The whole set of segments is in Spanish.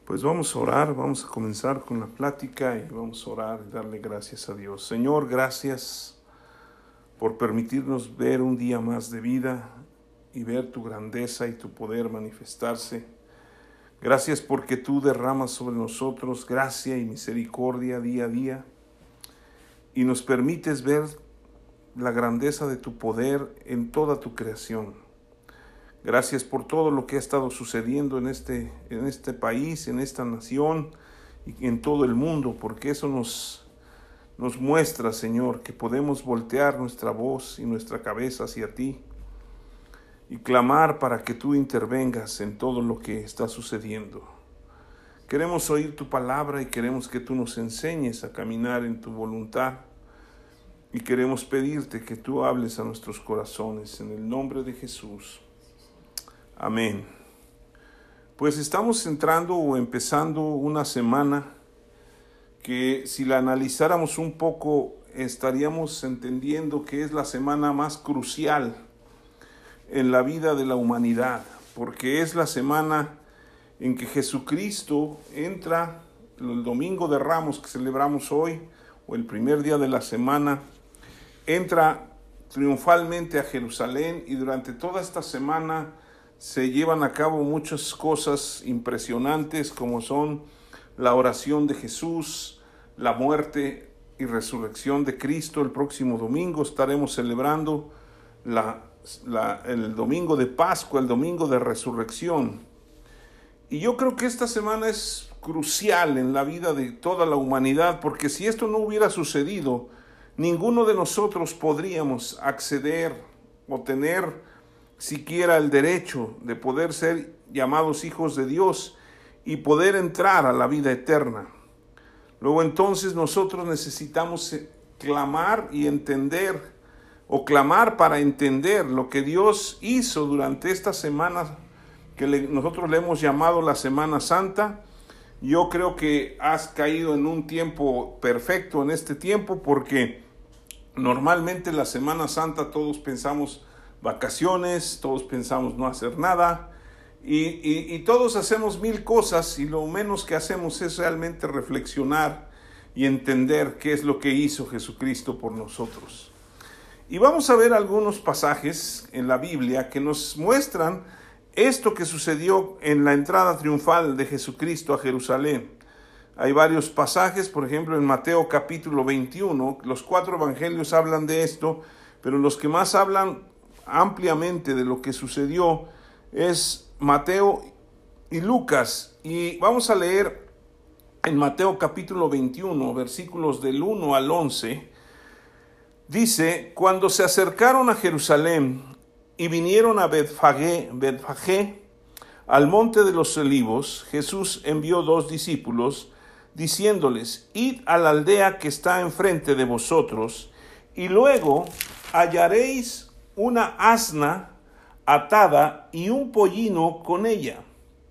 Pues vamos a orar, vamos a comenzar con la plática y vamos a orar y darle gracias a Dios. Señor, gracias por permitirnos ver un día más de vida y ver tu grandeza y tu poder manifestarse. Gracias porque tú derramas sobre nosotros gracia y misericordia día a día y nos permites ver la grandeza de tu poder en toda tu creación. Gracias por todo lo que ha estado sucediendo en este país, en esta nación y en todo el mundo, porque eso nos muestra, Señor, que podemos voltear nuestra voz y nuestra cabeza hacia ti y clamar para que tú intervengas en todo lo que está sucediendo. Queremos oír tu palabra y queremos que tú nos enseñes a caminar en tu voluntad y queremos pedirte que tú hables a nuestros corazones en el nombre de Jesús. Amén. Pues estamos entrando o empezando una semana que si la analizáramos un poco estaríamos entendiendo que es la semana más crucial en la vida de la humanidad, porque es la semana en que Jesucristo entra, el Domingo de Ramos que celebramos hoy, o el primer día de la semana, entra triunfalmente a Jerusalén y durante toda esta semana se llevan a cabo muchas cosas impresionantes como son la oración de Jesús, la muerte y resurrección de Cristo. El próximo domingo estaremos celebrando el domingo de Pascua, el domingo de resurrección. Y yo creo que esta semana es crucial en la vida de toda la humanidad, porque si esto no hubiera sucedido, ninguno de nosotros podríamos acceder o tener siquiera el derecho de poder ser llamados hijos de Dios y poder entrar a la vida eterna. Luego entonces nosotros necesitamos clamar y entender, o clamar para entender lo que Dios hizo durante esta semana que nosotros le hemos llamado la Semana Santa. Yo creo que has caído en un tiempo perfecto en este tiempo, porque normalmente la Semana Santa todos pensamos vacaciones, todos pensamos no hacer nada y todos hacemos mil cosas y lo menos que hacemos es realmente reflexionar y entender qué es lo que hizo Jesucristo por nosotros. Y vamos a ver algunos pasajes en la Biblia que nos muestran esto que sucedió en la entrada triunfal de Jesucristo a Jerusalén. Hay varios pasajes, por ejemplo en Mateo capítulo 21, los 4 evangelios hablan de esto, pero los que más hablan ampliamente de lo que sucedió es Mateo y Lucas. Y vamos a leer en Mateo capítulo 21, versículos del 1 al 11. Dice: cuando se acercaron a Jerusalén y vinieron a Betfagé, al monte de los olivos, Jesús envió 2 discípulos, diciéndoles: id a la aldea que está enfrente de vosotros, y luego hallaréis una asna atada y un pollino con ella.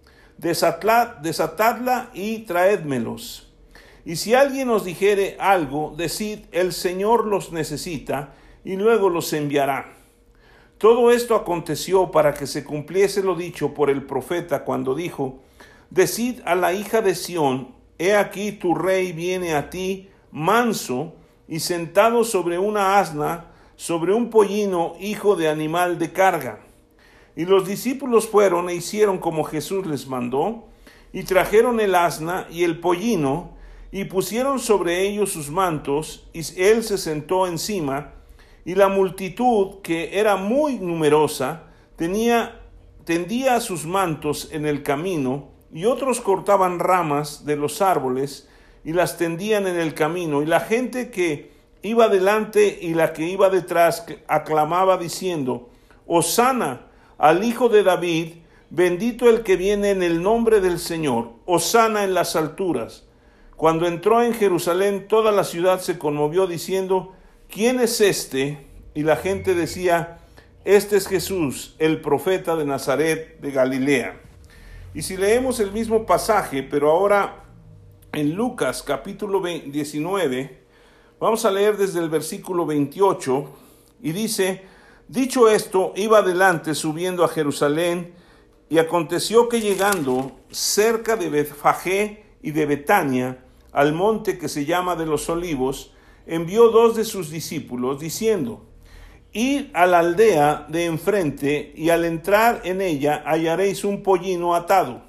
Desatadla y traédmelos. Y si alguien os dijere algo, decid: el Señor los necesita, y luego los enviará. Todo esto aconteció para que se cumpliese lo dicho por el profeta cuando dijo: decid a la hija de Sión: he aquí tu rey viene a ti, manso y sentado sobre una asna, sobre un pollino, hijo de animal de carga. Y los discípulos fueron e hicieron como Jesús les mandó, y trajeron el asna y el pollino, y pusieron sobre ellos sus mantos, y él se sentó encima, y la multitud, que era muy numerosa, tendía sus mantos en el camino, y otros cortaban ramas de los árboles, y las tendían en el camino, y la gente que iba delante y la que iba detrás aclamaba diciendo: Hosana al Hijo de David, bendito el que viene en el nombre del Señor, Hosana en las alturas. Cuando entró en Jerusalén, toda la ciudad se conmovió diciendo: ¿quién es este? Y la gente decía: este es Jesús, el profeta de Nazaret de Galilea. Y si leemos el mismo pasaje, pero ahora en Lucas capítulo 19, vamos a leer desde el versículo 28, y dice: dicho esto, iba adelante subiendo a Jerusalén, Y aconteció que llegando cerca de Betfagé y de Betania, al monte que se llama de los Olivos, envió 2 de sus discípulos, diciendo: Id a la aldea de enfrente, y al entrar en ella hallaréis un pollino atado,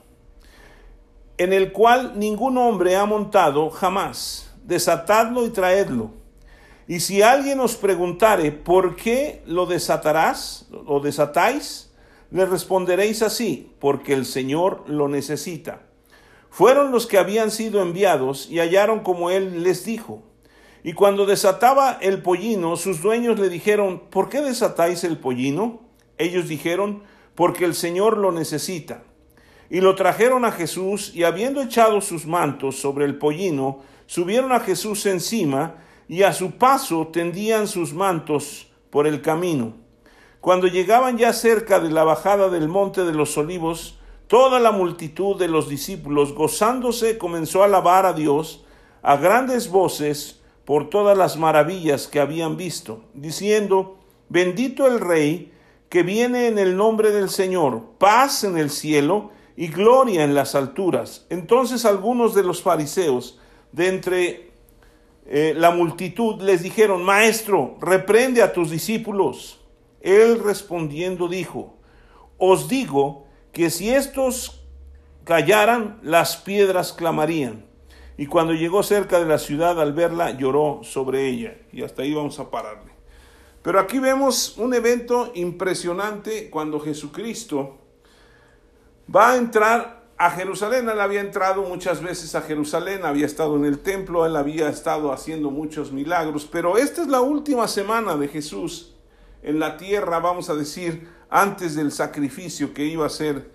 en el cual ningún hombre ha montado jamás. Desatadlo y traedlo. Y si alguien os preguntare: ¿por qué lo desatarás o desatáis? Le responderéis así: porque el Señor lo necesita. Fueron los que habían sido enviados y hallaron como él les dijo. Y cuando desataba el pollino, sus dueños le dijeron: ¿por qué desatáis el pollino? Ellos dijeron: porque el Señor lo necesita. Y lo trajeron a Jesús, y habiendo echado sus mantos sobre el pollino, subieron a Jesús encima, y a su paso tendían sus mantos por el camino. Cuando llegaban ya cerca de la bajada del monte de los Olivos, toda la multitud de los discípulos, gozándose, comenzó a alabar a Dios a grandes voces por todas las maravillas que habían visto, diciendo: bendito el Rey que viene en el nombre del Señor, paz en el cielo y gloria en las alturas. Entonces algunos de los fariseos de entre la multitud les dijeron: Maestro, reprende a tus discípulos. Él respondiendo dijo: os digo que si estos callaran, las piedras clamarían. Y cuando llegó cerca de la ciudad, al verla, lloró sobre ella. Y hasta ahí vamos a pararle. Pero aquí vemos un evento impresionante cuando Jesucristo va a entrar a Jerusalén. Él había entrado muchas veces a Jerusalén, había estado en el templo, él había estado haciendo muchos milagros. Pero esta es la última semana de Jesús en la tierra, vamos a decir, antes del sacrificio que iba a ser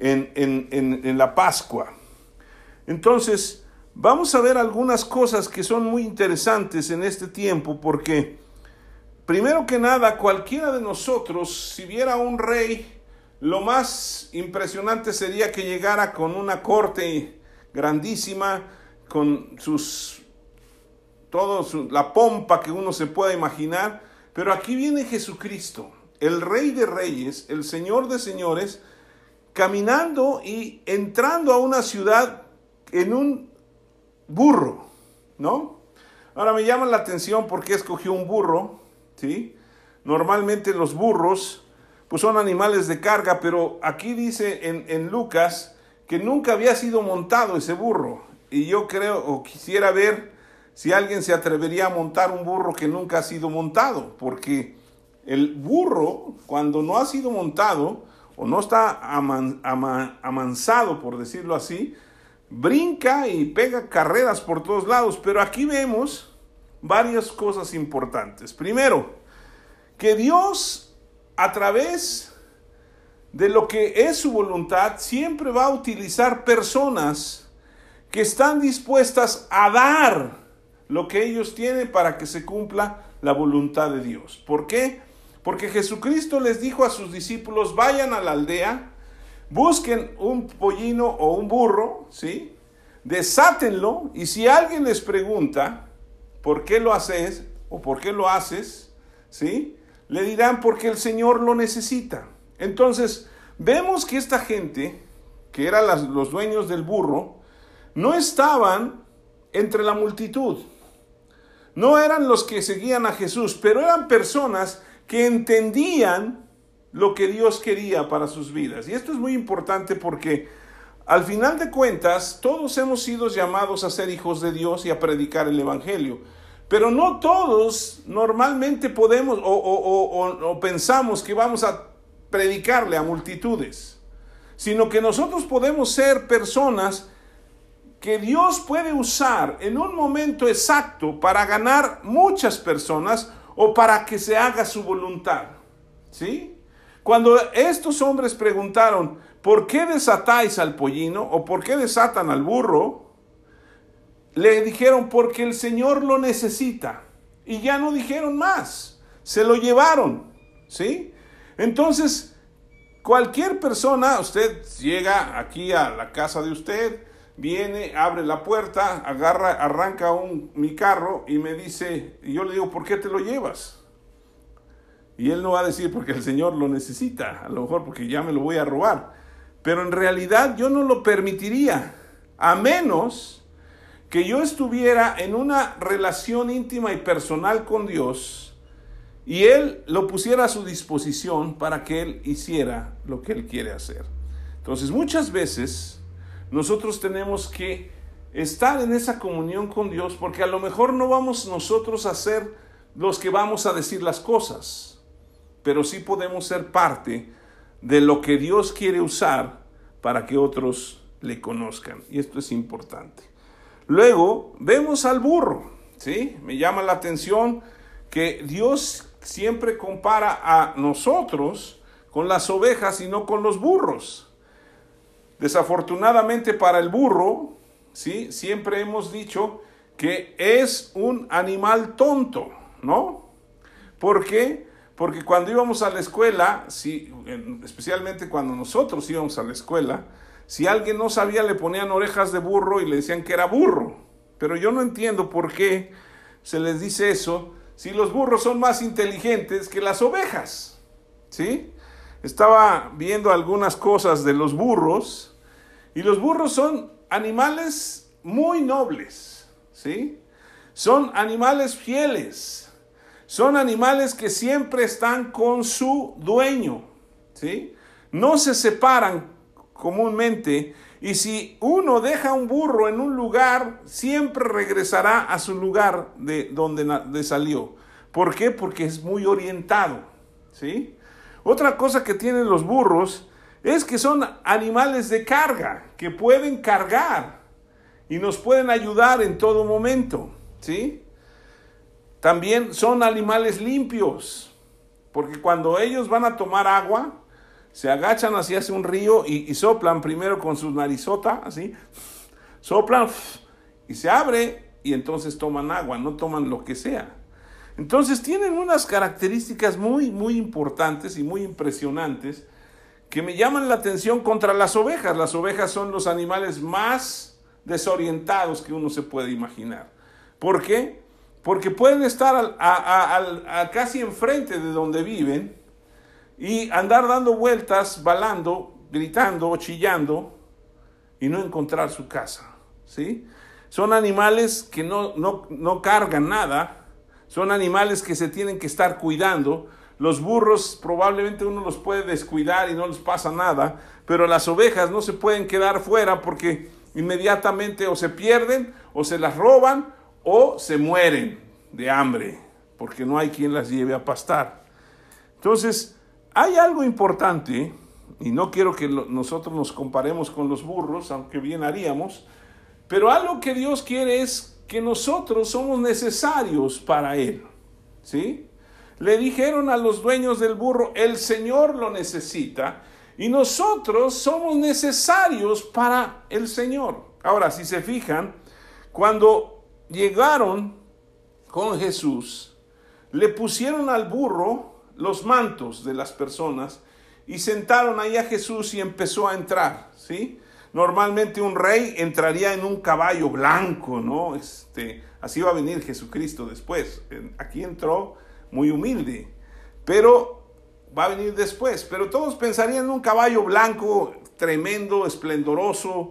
en la Pascua. Entonces, vamos a ver algunas cosas que son muy interesantes en este tiempo, porque primero que nada, cualquiera de nosotros, si viera un rey, lo más impresionante sería que llegara con una corte grandísima, con la pompa que uno se pueda imaginar. Pero aquí viene Jesucristo, el Rey de Reyes, el Señor de Señores, caminando y entrando a una ciudad en un burro, ¿no? Ahora me llama la atención por qué escogió un burro, ¿sí? Normalmente los burros pues son animales de carga, pero aquí dice en Lucas que nunca había sido montado ese burro. Y yo creo, o quisiera ver si alguien se atrevería a montar un burro que nunca ha sido montado, porque el burro, cuando no ha sido montado o no está amansado, por decirlo así, brinca y pega carreras por todos lados. Pero aquí vemos varias cosas importantes. Primero, que Dios, a través de lo que es su voluntad, siempre va a utilizar personas que están dispuestas a dar lo que ellos tienen para que se cumpla la voluntad de Dios. ¿Por qué? Porque Jesucristo les dijo a sus discípulos: vayan a la aldea, busquen un pollino o un burro, ¿sí? Desátenlo, y si alguien les pregunta ¿por qué lo haces? O ¿por qué lo haces? ¿Sí? Le dirán: porque el Señor lo necesita. Entonces, vemos que esta gente, que eran los dueños del burro, no estaban entre la multitud. No eran los que seguían a Jesús, pero eran personas que entendían lo que Dios quería para sus vidas. Y esto es muy importante porque al final de cuentas todos hemos sido llamados a ser hijos de Dios y a predicar el Evangelio. Pero no todos normalmente podemos o pensamos que vamos a predicarle a multitudes, sino que nosotros podemos ser personas que Dios puede usar en un momento exacto para ganar muchas personas o para que se haga su voluntad, ¿sí? Cuando estos hombres preguntaron: ¿por qué desatáis al pollino? ¿O por qué desatan al burro? Le dijeron: porque el Señor lo necesita. Y ya no dijeron más. Se lo llevaron, ¿sí? Entonces, cualquier persona, usted llega aquí a la casa de usted, viene, abre la puerta, arranca mi carro y me dice, y yo le digo: ¿por qué te lo llevas? Y él no va a decir: porque el Señor lo necesita, a lo mejor porque ya me lo voy a robar. pero en realidad yo no lo permitiría, a menos que yo estuviera en una relación íntima y personal con Dios y Él lo pusiera a su disposición para que Él hiciera lo que Él quiere hacer. Entonces, muchas veces nosotros tenemos que estar en esa comunión con Dios, porque a lo mejor no vamos nosotros a ser los que vamos a decir las cosas, pero sí podemos ser parte de lo que Dios quiere usar para que otros le conozcan, y esto es importante. Luego vemos al burro, ¿sí? Me llama la atención que Dios siempre compara a nosotros con las ovejas y no con los burros. Desafortunadamente para el burro, ¿sí? Siempre hemos dicho que es un animal tonto, ¿no? ¿Por qué? Porque cuando íbamos a la escuela, sí, especialmente cuando nosotros íbamos a la escuela, si alguien no sabía le ponían orejas de burro y le decían que era burro. Pero yo no entiendo por qué se les dice eso, si los burros son más inteligentes que las ovejas, ¿sí? Estaba viendo algunas cosas de los burros, y los burros son animales muy nobles, ¿sí? Son animales fieles, son animales que siempre están con su dueño, ¿sí? No se separan comúnmente, y si uno deja un burro en un lugar, siempre regresará a su lugar de donde salió. ¿Por qué? Porque es muy orientado, ¿sí? Otra cosa que tienen los burros es que son animales de carga, que pueden cargar y nos pueden ayudar en todo momento, ¿sí? También son animales limpios, porque cuando ellos van a tomar agua, se agachan hacia un río y soplan primero con su narizota, así, soplan y se abre y entonces toman agua, no toman lo que sea. Entonces tienen unas características muy, muy importantes y muy impresionantes que me llaman la atención contra las ovejas. Las ovejas son los animales más desorientados que uno se puede imaginar. ¿Por qué? Porque pueden estar casi enfrente de donde viven y andar dando vueltas, balando, gritando, chillando y no encontrar su casa, ¿sí? Son animales que no cargan nada, son animales que se tienen que estar cuidando. Los burros probablemente uno los puede descuidar y no les pasa nada, pero las ovejas no se pueden quedar fuera porque inmediatamente o se pierden o se las roban o se mueren de hambre porque no hay quien las lleve a pastar. Entonces, hay algo importante, y no quiero que nosotros nos comparemos con los burros, aunque bien haríamos, pero algo que Dios quiere es que nosotros somos necesarios para Él, ¿sí? Le dijeron a los dueños del burro, el Señor lo necesita, y nosotros somos necesarios para el Señor. Ahora, si se fijan, cuando llegaron con Jesús, le pusieron al burro los mantos de las personas y sentaron ahí a Jesús y empezó a entrar, ¿sí? Normalmente un rey entraría en un caballo blanco, ¿no? Así va a venir Jesucristo después. Aquí entró muy humilde, pero va a venir después. Pero todos pensarían en un caballo blanco, tremendo, esplendoroso,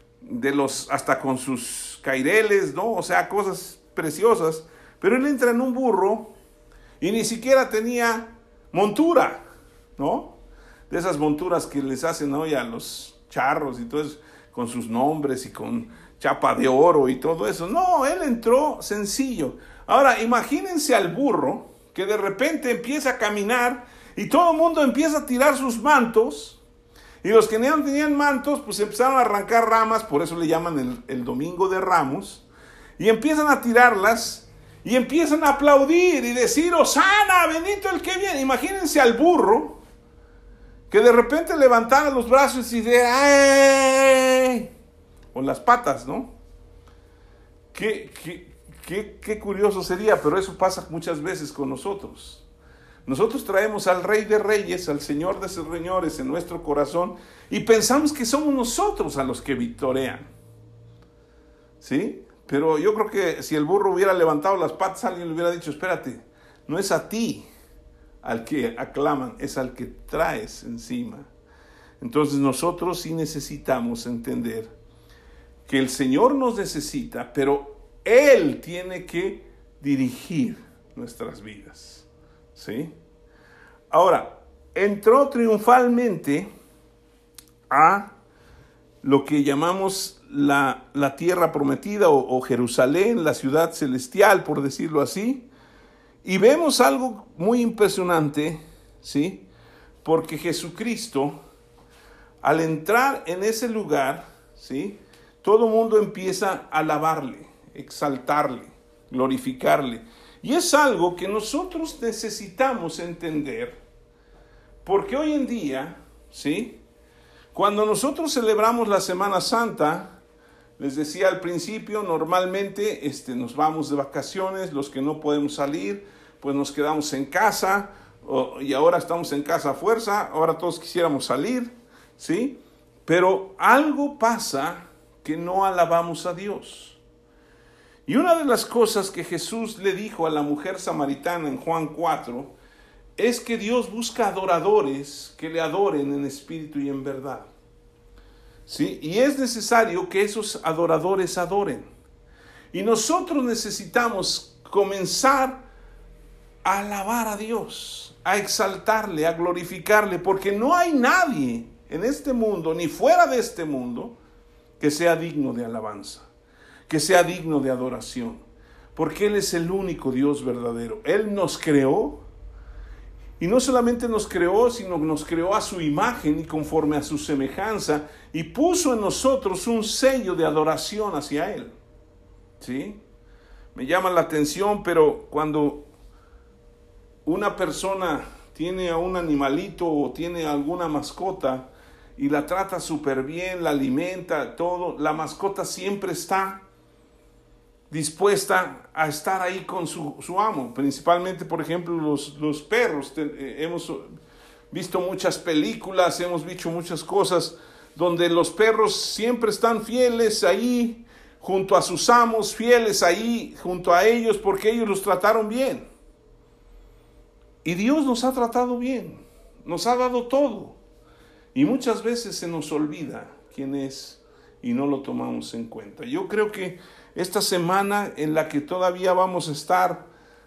hasta con sus caireles, ¿no? O sea, cosas preciosas. Pero él entra en un burro y ni siquiera tenía montura, ¿no? De esas monturas que les hacen hoy a los charros y todo eso, con sus nombres y con chapa de oro y todo eso. No, él entró sencillo. Ahora, imagínense al burro que de repente empieza a caminar y todo el mundo empieza a tirar sus mantos, y los que no tenían mantos, pues empezaron a arrancar ramas, por eso le llaman el Domingo de Ramos, y empiezan a tirarlas, y empiezan a aplaudir y decir, ¡Hosana, bendito el que viene! Imagínense al burro que de repente levantara los brazos y dijera, ¡ay! O las patas, ¿no? Qué curioso sería, pero eso pasa muchas veces con nosotros. Nosotros traemos al Rey de Reyes, al Señor de Señores en nuestro corazón y pensamos que somos nosotros a los que victorean, ¿sí? Pero yo creo que si el burro hubiera levantado las patas, alguien le hubiera dicho, espérate, no es a ti al que aclaman, es al que traes encima. Entonces nosotros sí necesitamos entender que el Señor nos necesita, pero Él tiene que dirigir nuestras vidas, ¿sí? Ahora, entró triunfalmente a lo que llamamos la tierra prometida o Jerusalén, la ciudad celestial, por decirlo así, y vemos algo muy impresionante, ¿sí? Porque Jesucristo, al entrar en ese lugar, ¿sí?, todo el mundo empieza a alabarle, exaltarle, glorificarle. Y es algo que nosotros necesitamos entender, porque hoy en día, ¿sí?, cuando nosotros celebramos la Semana Santa, les decía al principio, normalmente nos vamos de vacaciones, los que no podemos salir, pues nos quedamos en casa, y ahora estamos en casa a fuerza, ahora todos quisiéramos salir, ¿sí? Pero algo pasa que no alabamos a Dios. Y una de las cosas que Jesús le dijo a la mujer samaritana en Juan 4 es que Dios busca adoradores que le adoren en espíritu y en verdad, ¿sí? Y es necesario que esos adoradores adoren. Y nosotros necesitamos comenzar a alabar a Dios, a exaltarle, a glorificarle, porque no hay nadie en este mundo, ni fuera de este mundo, que sea digno de alabanza, que sea digno de adoración, porque Él es el único Dios verdadero. Él nos creó, y no solamente nos creó, sino nos creó a su imagen y conforme a su semejanza, y puso en nosotros un sello de adoración hacia Él, ¿sí? Me llama la atención, pero cuando una persona tiene a un animalito o tiene alguna mascota y la trata súper bien, la alimenta, todo, la mascota siempre está dispuesta a estar ahí con su amo. Principalmente, por ejemplo, los perros. Hemos visto muchas películas, hemos visto muchas cosas donde los perros siempre están fieles ahí junto a sus amos, fieles ahí junto a ellos porque ellos los trataron bien. Y Dios nos ha tratado bien, nos ha dado todo. Y muchas veces se nos olvida quién es y no lo tomamos en cuenta. Yo creo que esta semana en la que todavía vamos a estar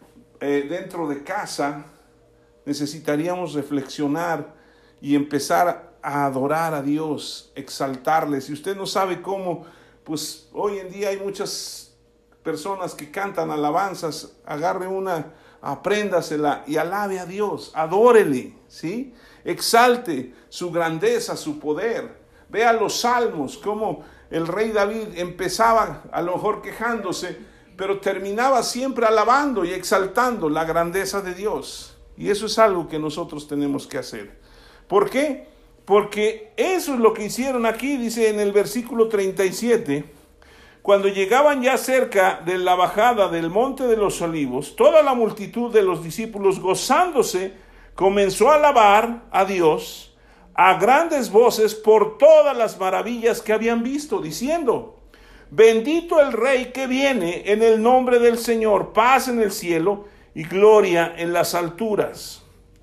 dentro de casa, necesitaríamos reflexionar y empezar a adorar a Dios, exaltarle. Si usted no sabe cómo, pues hoy en día hay muchas personas que cantan alabanzas. Agarre una, apréndasela y alabe a Dios, adórele, ¿sí? Exalte su grandeza, su poder. Vea los salmos, cómo el rey David empezaba a lo mejor quejándose, pero terminaba siempre alabando y exaltando la grandeza de Dios. Y eso es algo que nosotros tenemos que hacer. ¿Por qué? Porque eso es lo que hicieron aquí, dice en el versículo 37, cuando llegaban ya cerca de la bajada del Monte de los Olivos, toda la multitud de los discípulos, gozándose, comenzó a alabar a Dios a grandes voces por todas las maravillas que habían visto, diciendo: bendito el Rey que viene en el nombre del Señor, paz en el cielo y gloria en las alturas.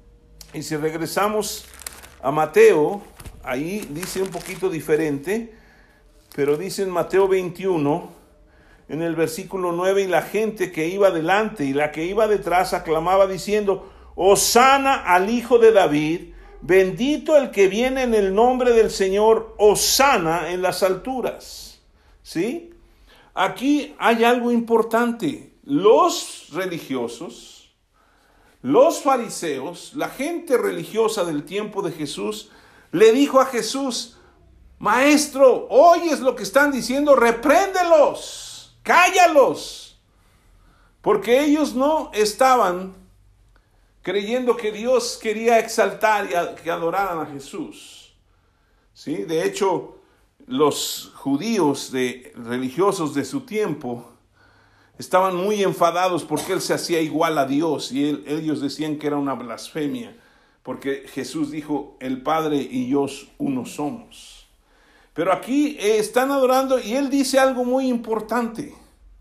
Y si regresamos a Mateo, ahí dice un poquito diferente, pero dice en Mateo 21, en el versículo 9, y la gente que iba delante y la que iba detrás aclamaba diciendo: Hosana al Hijo de David, bendito el que viene en el nombre del Señor, hosana en las alturas. ¿Sí? Aquí hay algo importante. Los religiosos, los fariseos, la gente religiosa del tiempo de Jesús, le dijo a Jesús: Maestro, oyes lo que están diciendo, repréndelos, cállalos, porque ellos no estaban creyendo que Dios quería exaltar y que adoraran a Jesús. ¿Sí? De hecho, los judíos religiosos de su tiempo estaban muy enfadados porque Él se hacía igual a Dios y ellos decían que era una blasfemia, porque Jesús dijo: el Padre y yo uno somos. Pero aquí están adorando y Él dice algo muy importante,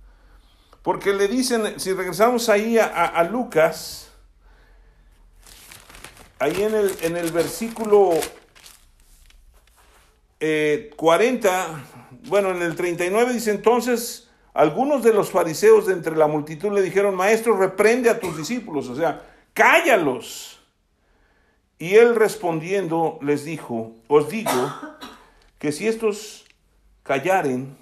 porque le dicen, si regresamos ahí a Lucas, ahí en el versículo 40, bueno, en el 39 dice: entonces algunos de los fariseos de entre la multitud le dijeron: Maestro, reprende a tus discípulos, o sea, cállalos. Y él respondiendo les dijo: os digo que si estos callaran,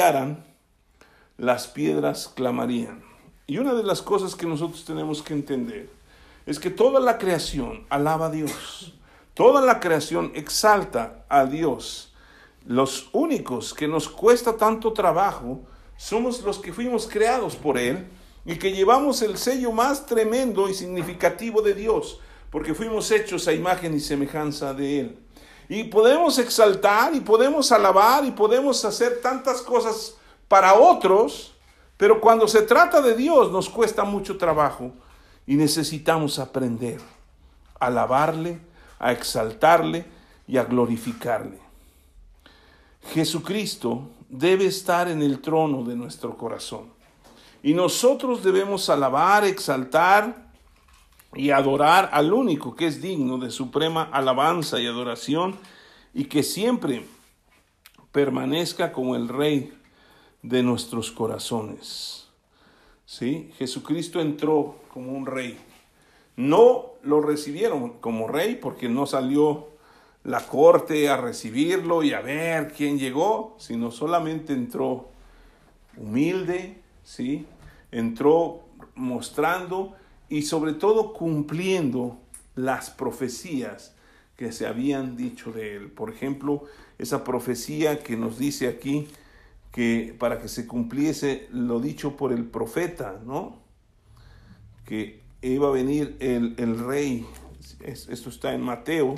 las piedras clamarían. Y una de las cosas que nosotros tenemos que entender es que toda la creación alaba a Dios. Toda la creación exalta a Dios. Los únicos que nos cuesta tanto trabajo somos los que fuimos creados por Él y que llevamos el sello más tremendo y significativo de Dios, porque fuimos hechos a imagen y semejanza de Él. Y podemos exaltar y podemos alabar y podemos hacer tantas cosas para otros, pero cuando se trata de Dios nos cuesta mucho trabajo y necesitamos aprender a alabarle, a exaltarle y a glorificarle. Jesucristo debe estar en el trono de nuestro corazón y nosotros debemos alabar, exaltar y adorar al único que es digno de suprema alabanza y adoración y que siempre permanezca como el Rey de nuestros corazones. ¿Sí? Jesucristo entró como un rey. No lo recibieron como rey porque no salió la corte a recibirlo y a ver quién llegó, sino solamente entró humilde, ¿sí? Entró mostrando y sobre todo cumpliendo las profecías que se habían dicho de él. Por ejemplo, esa profecía que nos dice aquí que para que se cumpliese lo dicho por el profeta, ¿no? Que iba a venir el rey. Esto está en Mateo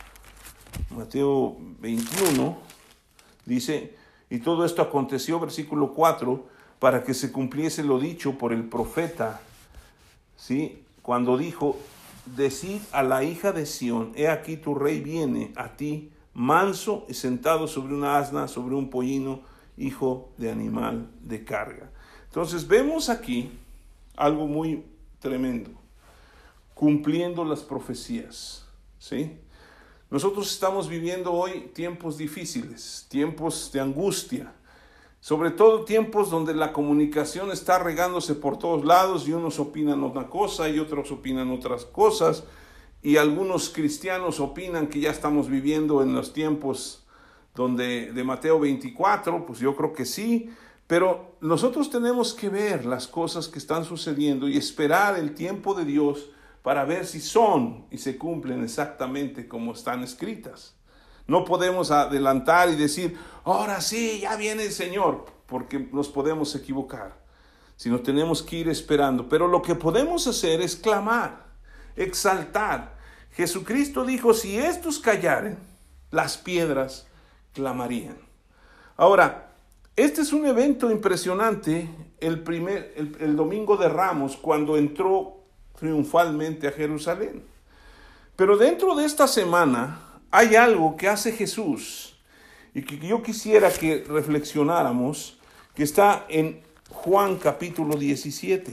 21, dice: y todo esto aconteció, versículo 4, para que se cumpliese lo dicho por el profeta, ¿sí? Cuando dijo: decid a la hija de Sión, he aquí tu rey viene a ti, manso y sentado sobre una asna, sobre un pollino, hijo de animal de carga. Entonces vemos aquí algo muy tremendo, cumpliendo las profecías, ¿sí? Nosotros estamos viviendo hoy tiempos difíciles, tiempos de angustia, sobre todo tiempos donde la comunicación está regándose por todos lados y unos opinan una cosa y otros opinan otras cosas, y algunos cristianos opinan que ya estamos viviendo en los tiempos de Mateo 24, pues yo creo que sí, pero nosotros tenemos que ver las cosas que están sucediendo y esperar el tiempo de Dios para ver si son y se cumplen exactamente como están escritas. No podemos adelantar y decir: ahora sí, ya viene el Señor, porque nos podemos equivocar, sino tenemos que ir esperando. Pero lo que podemos hacer es clamar, exaltar. Jesucristo dijo: si estos callaren, las piedras clamarían. Ahora, este es un evento impresionante, el domingo de Ramos, cuando entró triunfalmente a Jerusalén. Pero dentro de esta semana hay algo que hace Jesús y que yo quisiera que reflexionáramos, que está en Juan capítulo 17.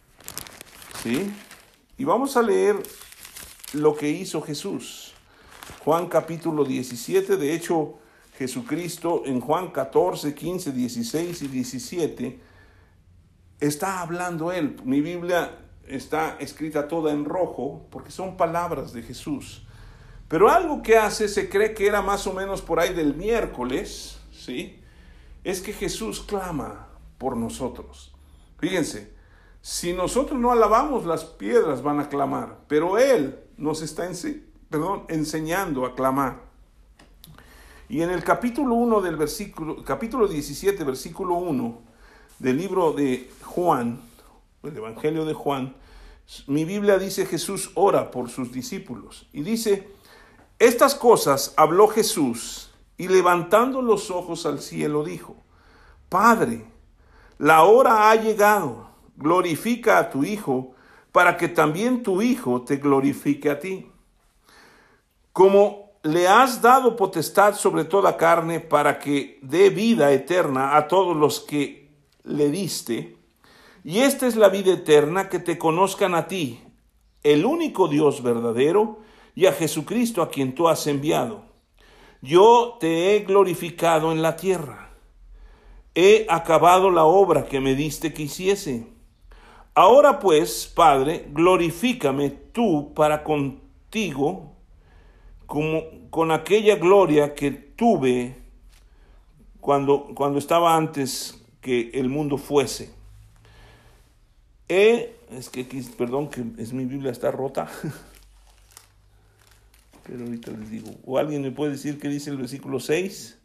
¿Sí? Y vamos a leer lo que hizo Jesús. Juan capítulo 17, de hecho, Jesucristo en Juan 14, 15, 16 y 17 está hablando él. Mi Biblia está escrita toda en rojo porque son palabras de Jesús. Pero algo que hace, se cree que era más o menos por ahí del miércoles, ¿sí? Es que Jesús clama por nosotros. Fíjense, si nosotros no alabamos, las piedras van a clamar, pero Él nos está enseñando a clamar. Y en el capítulo 17, versículo 1 del libro de Juan, el Evangelio de Juan, mi Biblia dice: Jesús ora por sus discípulos. Y dice: estas cosas habló Jesús, y levantando los ojos al cielo dijo: Padre, la hora ha llegado, glorifica a tu Hijo, para que también tu Hijo te glorifique a ti. Como le has dado potestad sobre toda carne, para que dé vida eterna a todos los que le diste. Y esta es la vida eterna, que te conozcan a ti, el único Dios verdadero, y a Jesucristo a quien tú has enviado. Yo te he glorificado en la tierra. He acabado la obra que me diste que hiciese. Ahora pues, Padre, glorifícame tú para contigo, como con aquella gloria que tuve cuando estaba antes que el mundo fuese. Es que aquí, perdón, que mi Biblia está rota. Pero ahorita les digo. ¿O alguien me puede decir qué dice el versículo 6?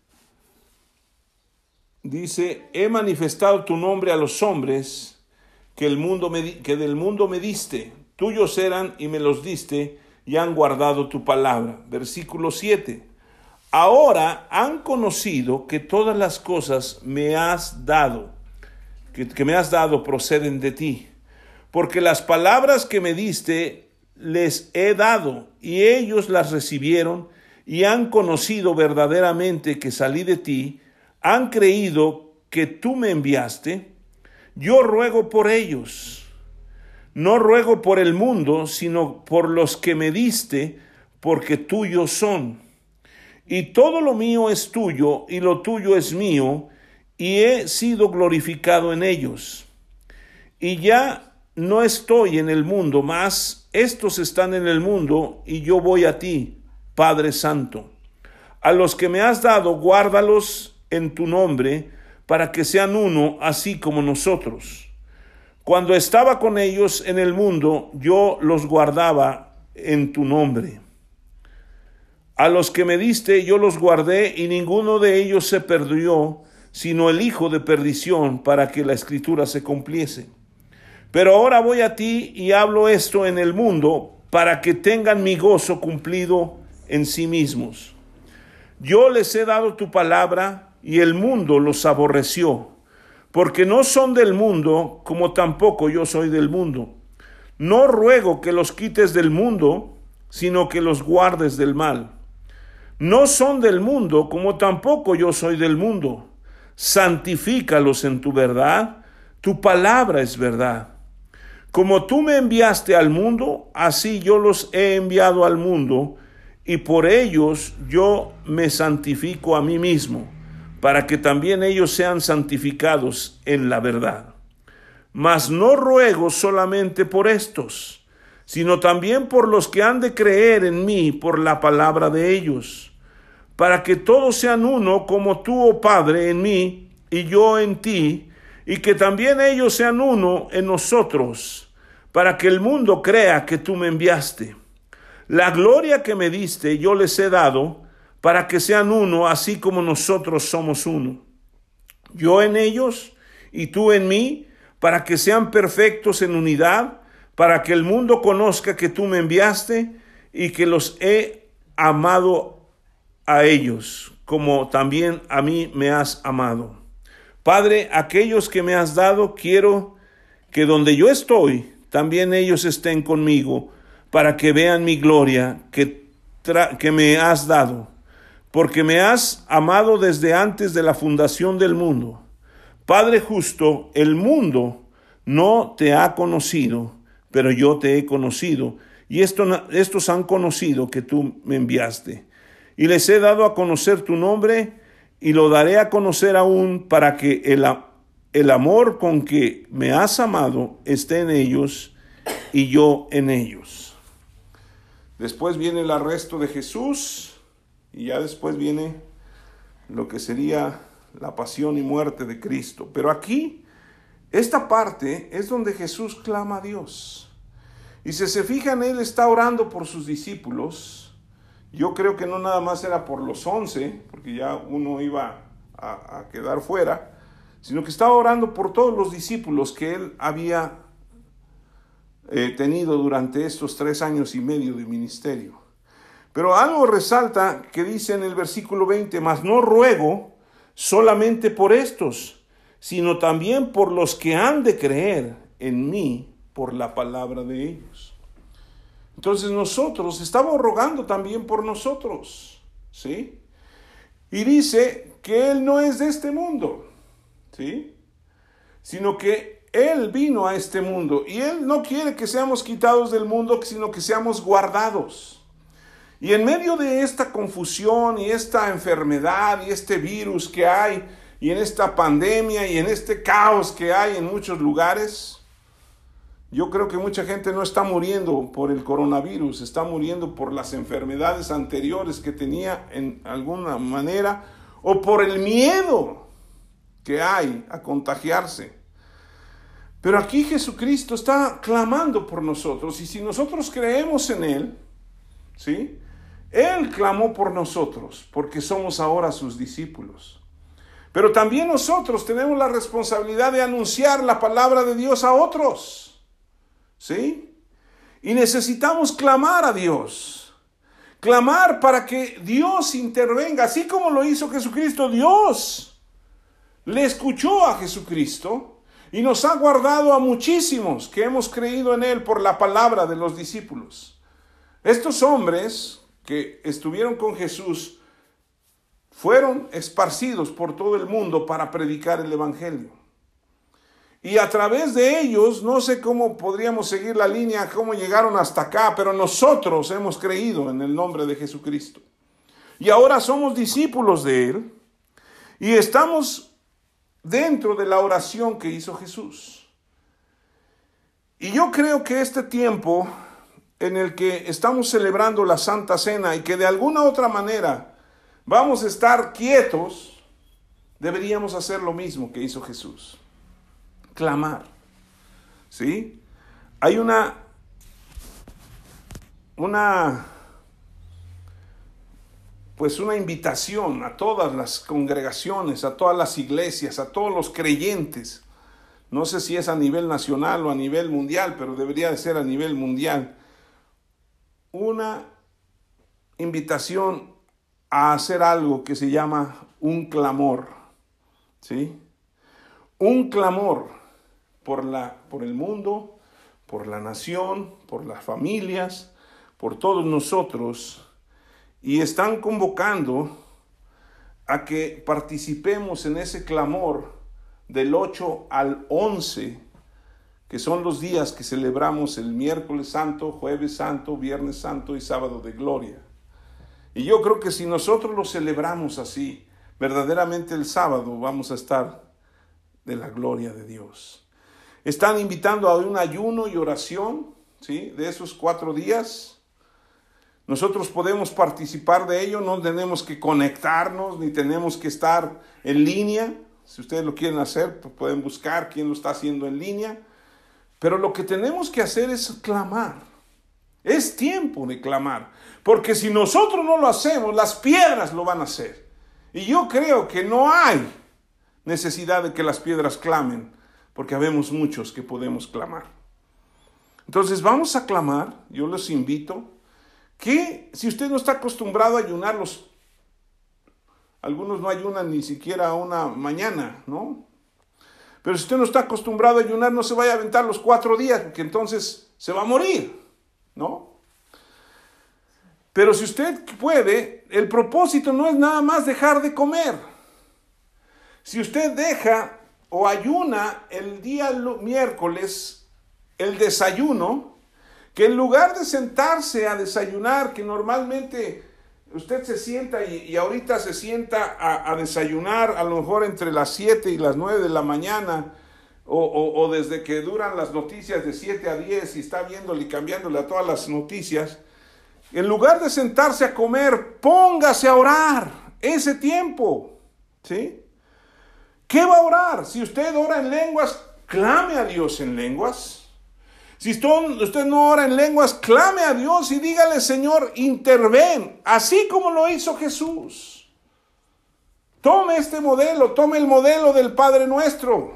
Dice, he manifestado tu nombre a los hombres que del mundo me diste. Tuyos eran y me los diste y han guardado tu palabra. Versículo 7. Ahora han conocido que todas las cosas me has dado, que me has dado proceden de ti. Porque las palabras que me diste les he dado, y ellos las recibieron, y han conocido verdaderamente que salí de ti, han creído que tú me enviaste. Yo ruego por ellos. No ruego por el mundo, sino por los que me diste, porque tuyos son. Y todo lo mío es tuyo, y lo tuyo es mío, y he sido glorificado en ellos. Y ya no estoy en el mundo, mas estos están en el mundo, y yo voy a ti, Padre Santo. A los que me has dado, guárdalos en tu nombre, para que sean uno, así como nosotros. Cuando estaba con ellos en el mundo, yo los guardaba en tu nombre. A los que me diste, yo los guardé, y ninguno de ellos se perdió, sino el hijo de perdición, para que la escritura se cumpliese. Pero ahora voy a ti y hablo esto en el mundo, para que tengan mi gozo cumplido en sí mismos. Yo les he dado tu palabra, y el mundo los aborreció, porque no son del mundo, como tampoco yo soy del mundo. No ruego que los quites del mundo, sino que los guardes del mal. No son del mundo, como tampoco yo soy del mundo. Santifícalos en tu verdad, tu palabra es verdad. Como tú me enviaste al mundo, así yo los he enviado al mundo, y por ellos yo me santifico a mí mismo, para que también ellos sean santificados en la verdad. Mas no ruego solamente por estos, sino también por los que han de creer en mí por la palabra de ellos, para que todos sean uno, como tú, oh Padre, en mí y yo en ti, y que también ellos sean uno en nosotros, para que el mundo crea que tú me enviaste. La gloria que me diste yo les he dado, para que sean uno, así como nosotros somos uno. Yo en ellos y tú en mí, para que sean perfectos en unidad, para que el mundo conozca que tú me enviaste y que los he amado a ellos, como también a mí me has amado. Padre, aquellos que me has dado, quiero que donde yo estoy, también ellos estén conmigo, para que vean mi gloria que me has dado. Porque me has amado desde antes de la fundación del mundo. Padre justo, el mundo no te ha conocido, pero yo te he conocido, y estos han conocido que tú me enviaste. Y les he dado a conocer tu nombre, y lo daré a conocer aún, para que el amor con que me has amado esté en ellos, y yo en ellos. Después viene el arresto de Jesús, y ya después viene lo que sería la pasión y muerte de Cristo. Pero aquí, esta parte es donde Jesús clama a Dios. Y si se fijan, Él está orando por sus discípulos. Yo creo que no nada más era por los 11, porque ya uno iba a quedar fuera, sino que estaba orando por todos los discípulos que Él había tenido durante estos 3 años y medio de ministerio. Pero algo resalta que dice en el versículo 20, mas no ruego solamente por estos, sino también por los que han de creer en mí por la palabra de ellos. Entonces nosotros estamos rogando también por nosotros, ¿sí? Y dice que Él no es de este mundo, ¿sí? Sino que Él vino a este mundo y Él no quiere que seamos quitados del mundo, sino que seamos guardados. Y en medio de esta confusión y esta enfermedad y este virus que hay, y en esta pandemia y en este caos que hay en muchos lugares, yo creo que mucha gente no está muriendo por el coronavirus, está muriendo por las enfermedades anteriores que tenía en alguna manera, o por el miedo que hay a contagiarse. Pero aquí Jesucristo está clamando por nosotros, y si nosotros creemos en Él, ¿sí? Él clamó por nosotros, porque somos ahora sus discípulos. Pero también nosotros tenemos la responsabilidad de anunciar la palabra de Dios a otros, ¿sí? Y necesitamos clamar a Dios, clamar para que Dios intervenga, así como lo hizo Jesucristo. Dios le escuchó a Jesucristo y nos ha guardado a muchísimos que hemos creído en Él por la palabra de los discípulos. Estos hombres que estuvieron con Jesús fueron esparcidos por todo el mundo para predicar el evangelio. Y a través de ellos, no sé cómo podríamos seguir la línea, cómo llegaron hasta acá, pero nosotros hemos creído en el nombre de Jesucristo. Y ahora somos discípulos de Él y estamos dentro de la oración que hizo Jesús. Y yo creo que este tiempo en el que estamos celebrando la Santa Cena y que de alguna otra manera vamos a estar quietos, deberíamos hacer lo mismo que hizo Jesús. Clamar, ¿sí? Hay una invitación a todas las congregaciones, a todas las iglesias, a todos los creyentes. No sé si es a nivel nacional o a nivel mundial, pero debería de ser a nivel mundial. Una invitación a hacer algo que se llama un clamor, ¿sí? Un clamor por el mundo, por la nación, por las familias, por todos nosotros, y están convocando a que participemos en ese clamor del 8 al 11, que son los días que celebramos el miércoles santo, jueves santo, viernes santo y sábado de gloria. Y yo creo que si nosotros lo celebramos así, verdaderamente el sábado vamos a estar de la gloria de Dios. Están invitando a un ayuno y oración, ¿sí? De esos 4 días. Nosotros podemos participar de ello, no tenemos que conectarnos, ni tenemos que estar en línea. Si ustedes lo quieren hacer, pues pueden buscar quién lo está haciendo en línea. Pero lo que tenemos que hacer es clamar. Es tiempo de clamar. Porque si nosotros no lo hacemos, las piedras lo van a hacer. Y yo creo que no hay necesidad de que las piedras clamen, porque habemos muchos que podemos clamar. Entonces vamos a clamar. Yo los invito que si usted no está acostumbrado a ayunar, algunos no ayunan ni siquiera una mañana, ¿no? Pero si usted no está acostumbrado a ayunar, no se vaya a aventar los 4 días, porque entonces se va a morir, ¿no? Pero si usted puede, el propósito no es nada más dejar de comer. Si usted deja o ayuna el día miércoles el desayuno, que en lugar de sentarse a desayunar, que normalmente usted se sienta y ahorita se sienta a desayunar a lo mejor entre las 7 y las 9 de la mañana, o desde que duran las noticias de 7 a 10 y está viéndole y cambiándole a todas las noticias, en lugar de sentarse a comer, póngase a orar ese tiempo, ¿sí? ¿Qué va a orar? Si usted ora en lenguas, clame a Dios en lenguas. Si usted no ora en lenguas, clame a Dios y dígale: Señor, interven, así como lo hizo Jesús. Tome este modelo, tome el modelo del Padre Nuestro,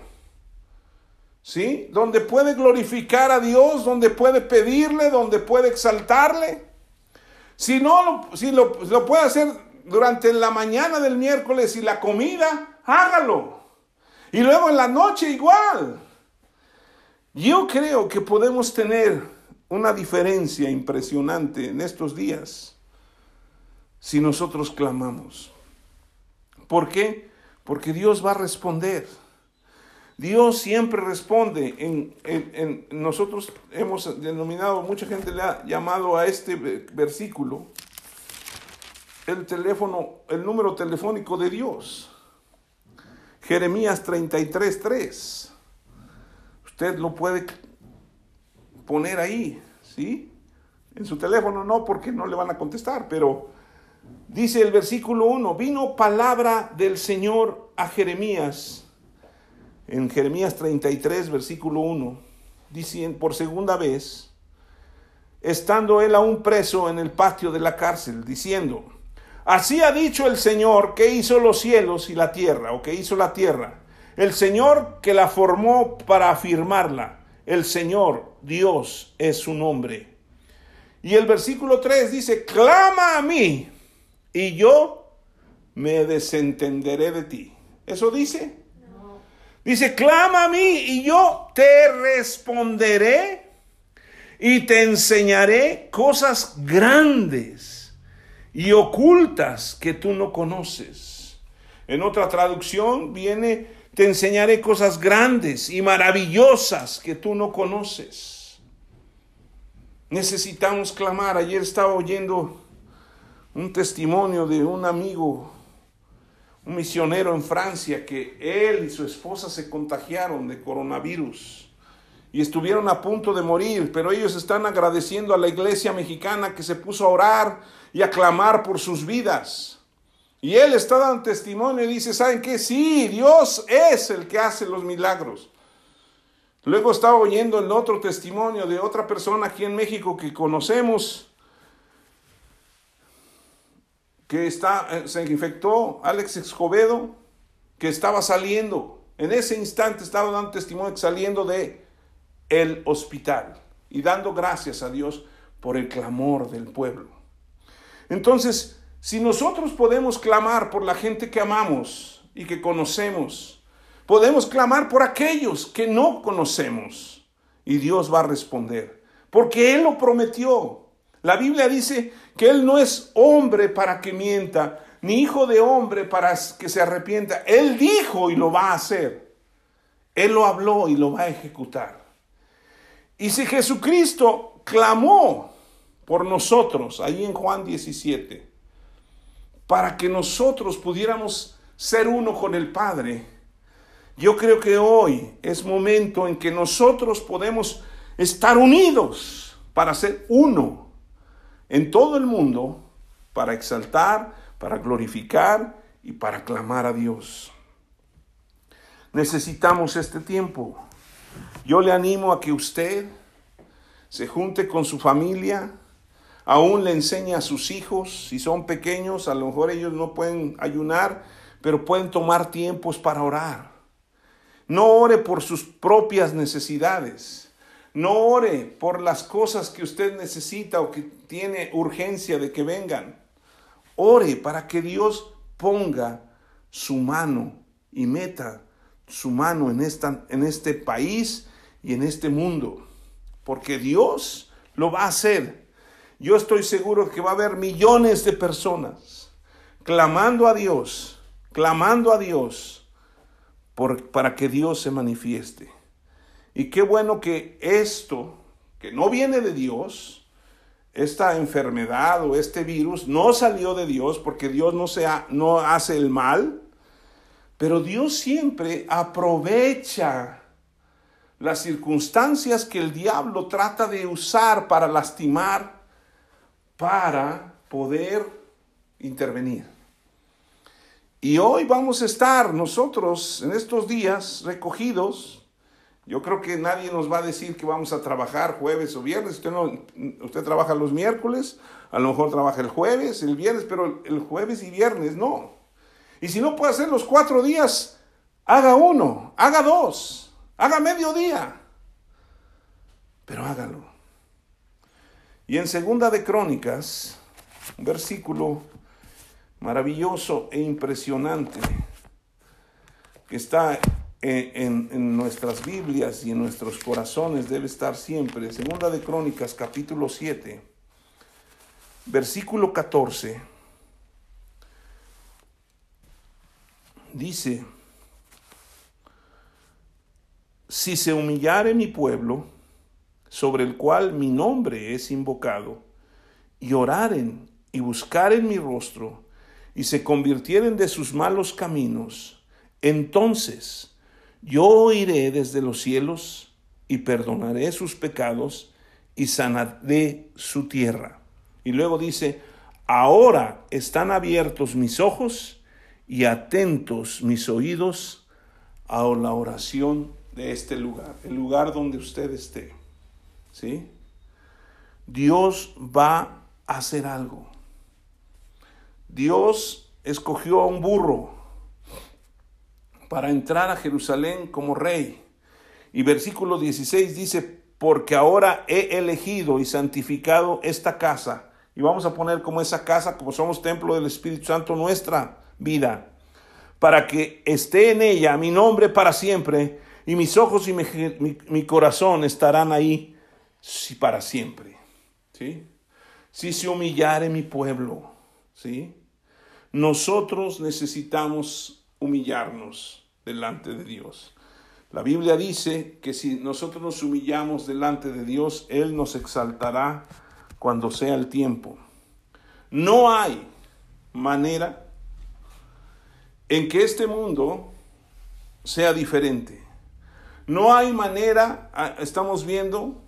¿sí? Donde puede glorificar a Dios, donde puede pedirle, donde puede exaltarle. Si lo puede hacer durante la mañana del miércoles y la comida, hágalo. Y luego en la noche igual. Yo creo que podemos tener una diferencia impresionante en estos días si nosotros clamamos. ¿Por qué? Porque Dios va a responder. Dios siempre responde. Nosotros hemos denominado, mucha gente le ha llamado a este versículo el número telefónico de Dios. Jeremías 33:3. Usted lo puede poner ahí, ¿sí? En su teléfono no, porque no le van a contestar, pero dice el versículo 1, vino palabra del Señor a Jeremías, en Jeremías 33, versículo 1, dice por segunda vez, estando él aún preso en el patio de la cárcel, diciendo, así ha dicho el Señor que hizo los cielos y la tierra, o que hizo la tierra, el Señor que la formó para afirmarla, el Señor, Dios es su nombre. Y el versículo 3 dice, clama a mí y yo me desentenderé de ti. ¿Eso dice? No. Dice, clama a mí y yo te responderé y te enseñaré cosas grandes y ocultas que tú no conoces. En otra traducción viene, te enseñaré cosas grandes y maravillosas que tú no conoces. Necesitamos clamar. Ayer estaba oyendo un testimonio de un amigo, un misionero en Francia, que él y su esposa se contagiaron de coronavirus y estuvieron a punto de morir, pero ellos están agradeciendo a la iglesia mexicana que se puso a orar y a clamar por sus vidas. Y él está dando testimonio y dice, ¿saben qué? Sí, Dios es el que hace los milagros. Luego estaba oyendo el otro testimonio de otra persona aquí en México que conocemos, que se infectó, Alex Escobedo, que estaba saliendo. En ese instante estaba dando testimonio saliendo de el hospital y dando gracias a Dios por el clamor del pueblo. Entonces, si nosotros podemos clamar por la gente que amamos y que conocemos, podemos clamar por aquellos que no conocemos y Dios va a responder, porque Él lo prometió. La Biblia dice que Él no es hombre para que mienta, ni hijo de hombre para que se arrepienta. Él dijo y lo va a hacer. Él lo habló y lo va a ejecutar. Y si Jesucristo clamó por nosotros, ahí en Juan 17, para que nosotros pudiéramos ser uno con el Padre, yo creo que hoy es momento en que nosotros podemos estar unidos para ser uno en todo el mundo, para exaltar, para glorificar y para clamar a Dios. Necesitamos este tiempo. Yo le animo a que usted se junte con su familia, aún le enseñe a sus hijos, si son pequeños, a lo mejor ellos no pueden ayunar, pero pueden tomar tiempos para orar. No ore por sus propias necesidades. No ore por las cosas que usted necesita o que tiene urgencia de que vengan. Ore para que Dios ponga su mano y meta su mano en este país y en este mundo. Porque Dios lo va a hacer. Yo estoy seguro que va a haber millones de personas clamando a Dios para que Dios se manifieste. Y qué bueno que esto, que no viene de Dios, esta enfermedad o este virus, no salió de Dios, porque Dios no hace el mal, pero Dios siempre aprovecha las circunstancias que el diablo trata de usar para lastimar, para poder intervenir. Y hoy vamos a estar nosotros en estos días recogidos. Yo creo que nadie nos va a decir que vamos a trabajar jueves o viernes. Usted trabaja los miércoles, a lo mejor trabaja el jueves, el viernes, pero el jueves y viernes no. Y si no puede hacer los 4 días, haga 1, haga 2, haga medio día. Pero hágalo. Y en Segunda de Crónicas, un versículo maravilloso e impresionante que está en nuestras Biblias y en nuestros corazones, debe estar siempre. Segunda de Crónicas, capítulo 7, versículo 14, dice: si se humillare mi pueblo, sobre el cual mi nombre es invocado, y oraren y buscaren mi rostro, y se convirtieren de sus malos caminos, entonces yo oiré desde los cielos y perdonaré sus pecados y sanaré su tierra. Y luego dice, ahora están abiertos mis ojos y atentos mis oídos a la oración de este lugar, el lugar donde usted esté. ¿Sí? Dios va a hacer algo. Dios escogió a un burro para entrar a Jerusalén como rey. Y versículo 16 dice, porque ahora he elegido y santificado esta casa. Y vamos a poner como esa casa, como somos templo del Espíritu Santo, nuestra vida, para que esté en ella mi nombre para siempre, y mis ojos y mi corazón estarán ahí para siempre. ¿Sí? Si se humillare mi pueblo, ¿sí? Nosotros necesitamos humillarnos delante de Dios. La Biblia dice que si nosotros nos humillamos delante de Dios, Él nos exaltará cuando sea el tiempo. No hay manera en que este mundo sea diferente. No hay manera, estamos viendo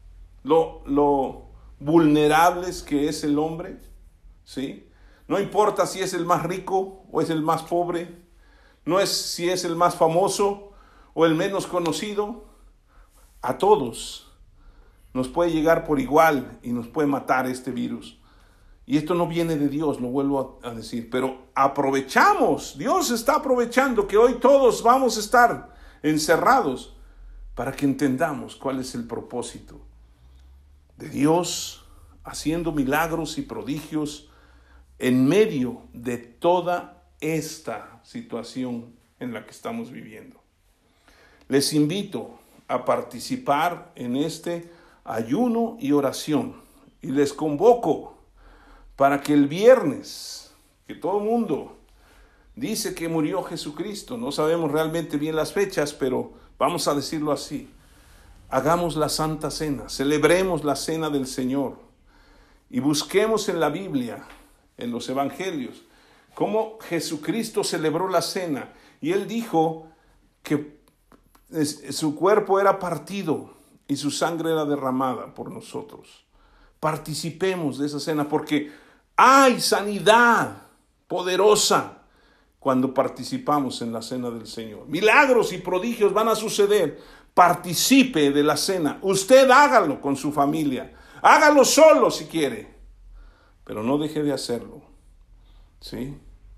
lo vulnerables que es el hombre, ¿sí? No importa si es el más rico o es el más pobre, no es si es el más famoso o el menos conocido, a todos nos puede llegar por igual y nos puede matar este virus. Y esto no viene de Dios, lo vuelvo a decir, pero aprovechamos, Dios está aprovechando que hoy todos vamos a estar encerrados para que entendamos cuál es el propósito de Dios haciendo milagros y prodigios en medio de toda esta situación en la que estamos viviendo. Les invito a participar en este ayuno y oración y les convoco para que el viernes, que todo el mundo dice que murió Jesucristo, no sabemos realmente bien las fechas, pero vamos a decirlo así, hagamos la Santa Cena, celebremos la Cena del Señor y busquemos en la Biblia, en los evangelios, cómo Jesucristo celebró la cena. Y Él dijo que su cuerpo era partido y su sangre era derramada por nosotros. Participemos de esa cena porque hay sanidad poderosa cuando participamos en la cena del Señor. Milagros y prodigios van a suceder. Participe de la cena. Usted hágalo con su familia. Hágalo solo si quiere. Pero no deje de hacerlo. ¿Sí?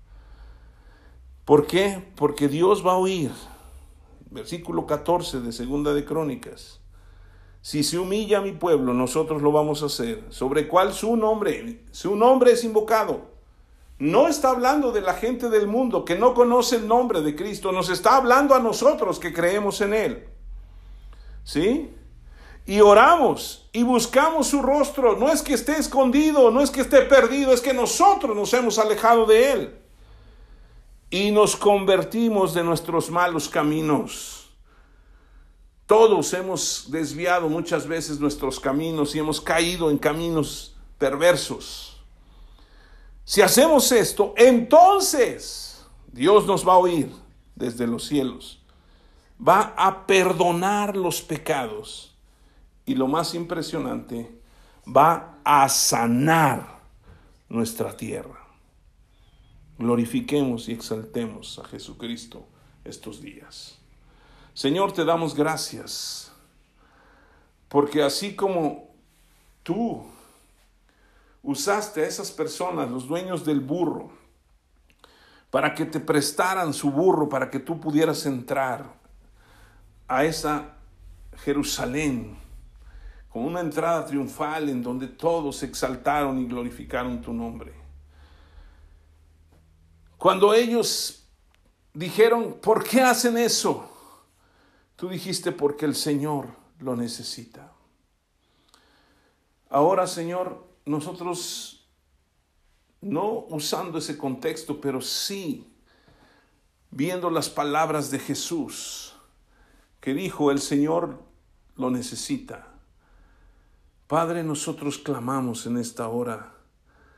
¿Por qué? Porque Dios va a oír. Versículo 14 de Segunda de Crónicas. Si se humilla mi pueblo, nosotros lo vamos a hacer. ¿Sobre cuál su nombre? Su nombre es invocado. No está hablando de la gente del mundo que no conoce el nombre de Cristo. Nos está hablando a nosotros que creemos en Él. ¿Sí? Y oramos y buscamos su rostro. No es que esté escondido, no es que esté perdido, es que nosotros nos hemos alejado de Él. Y nos convertimos de nuestros malos caminos. Todos hemos desviado muchas veces nuestros caminos y hemos caído en caminos perversos. Si hacemos esto, entonces Dios nos va a oír desde los cielos. Va a perdonar los pecados. Y lo más impresionante, va a sanar nuestra tierra. Glorifiquemos y exaltemos a Jesucristo estos días. Señor, te damos gracias, porque así como tú usaste a esas personas, los dueños del burro, para que te prestaran su burro, para que tú pudieras entrar a esa Jerusalén, con una entrada triunfal en donde todos exaltaron y glorificaron tu nombre. Cuando ellos dijeron, ¿por qué hacen eso? Tú dijiste, porque el Señor lo necesita. Ahora, Señor, nosotros, no usando ese contexto, pero sí viendo las palabras de Jesús, que dijo, el Señor lo necesita. Padre, nosotros clamamos en esta hora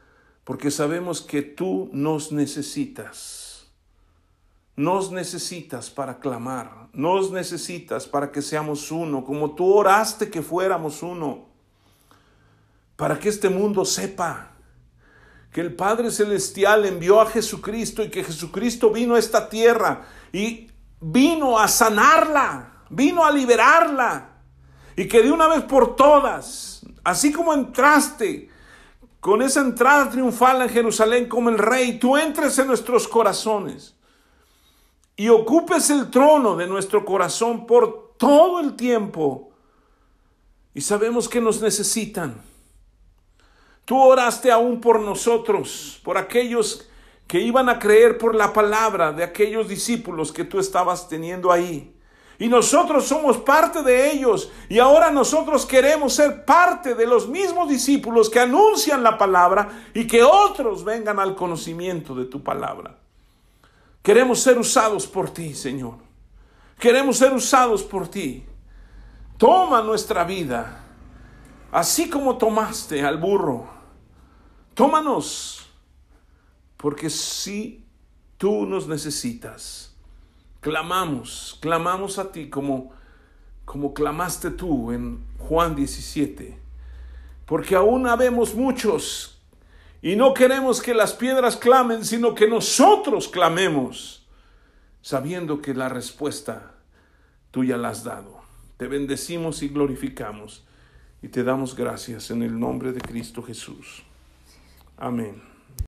porque sabemos que tú nos necesitas. Nos necesitas para clamar, nos necesitas para que seamos uno, como tú oraste que fuéramos uno, para que este mundo sepa que el Padre Celestial envió a Jesucristo y que Jesucristo vino a esta tierra y vino a sanarla, vino a liberarla, y que de una vez por todas, así como entraste con esa entrada triunfal en Jerusalén como el Rey, tú entres en nuestros corazones y ocupes el trono de nuestro corazón por todo el tiempo. Y sabemos que nos necesitan. Tú oraste aún por nosotros, por aquellos que iban a creer por la palabra de aquellos discípulos que tú estabas teniendo ahí. Y nosotros somos parte de ellos. Y ahora nosotros queremos ser parte de los mismos discípulos que anuncian la palabra y que otros vengan al conocimiento de tu palabra. Queremos ser usados por ti, Señor. Queremos ser usados por ti. Toma nuestra vida, así como tomaste al burro. Tómanos, porque si tú nos necesitas, clamamos a ti como clamaste tú en Juan 17. Porque aún habemos muchos y no queremos que las piedras clamen, sino que nosotros clamemos, sabiendo que la respuesta tú ya la has dado. Te bendecimos y glorificamos y te damos gracias en el nombre de Cristo Jesús. Amén.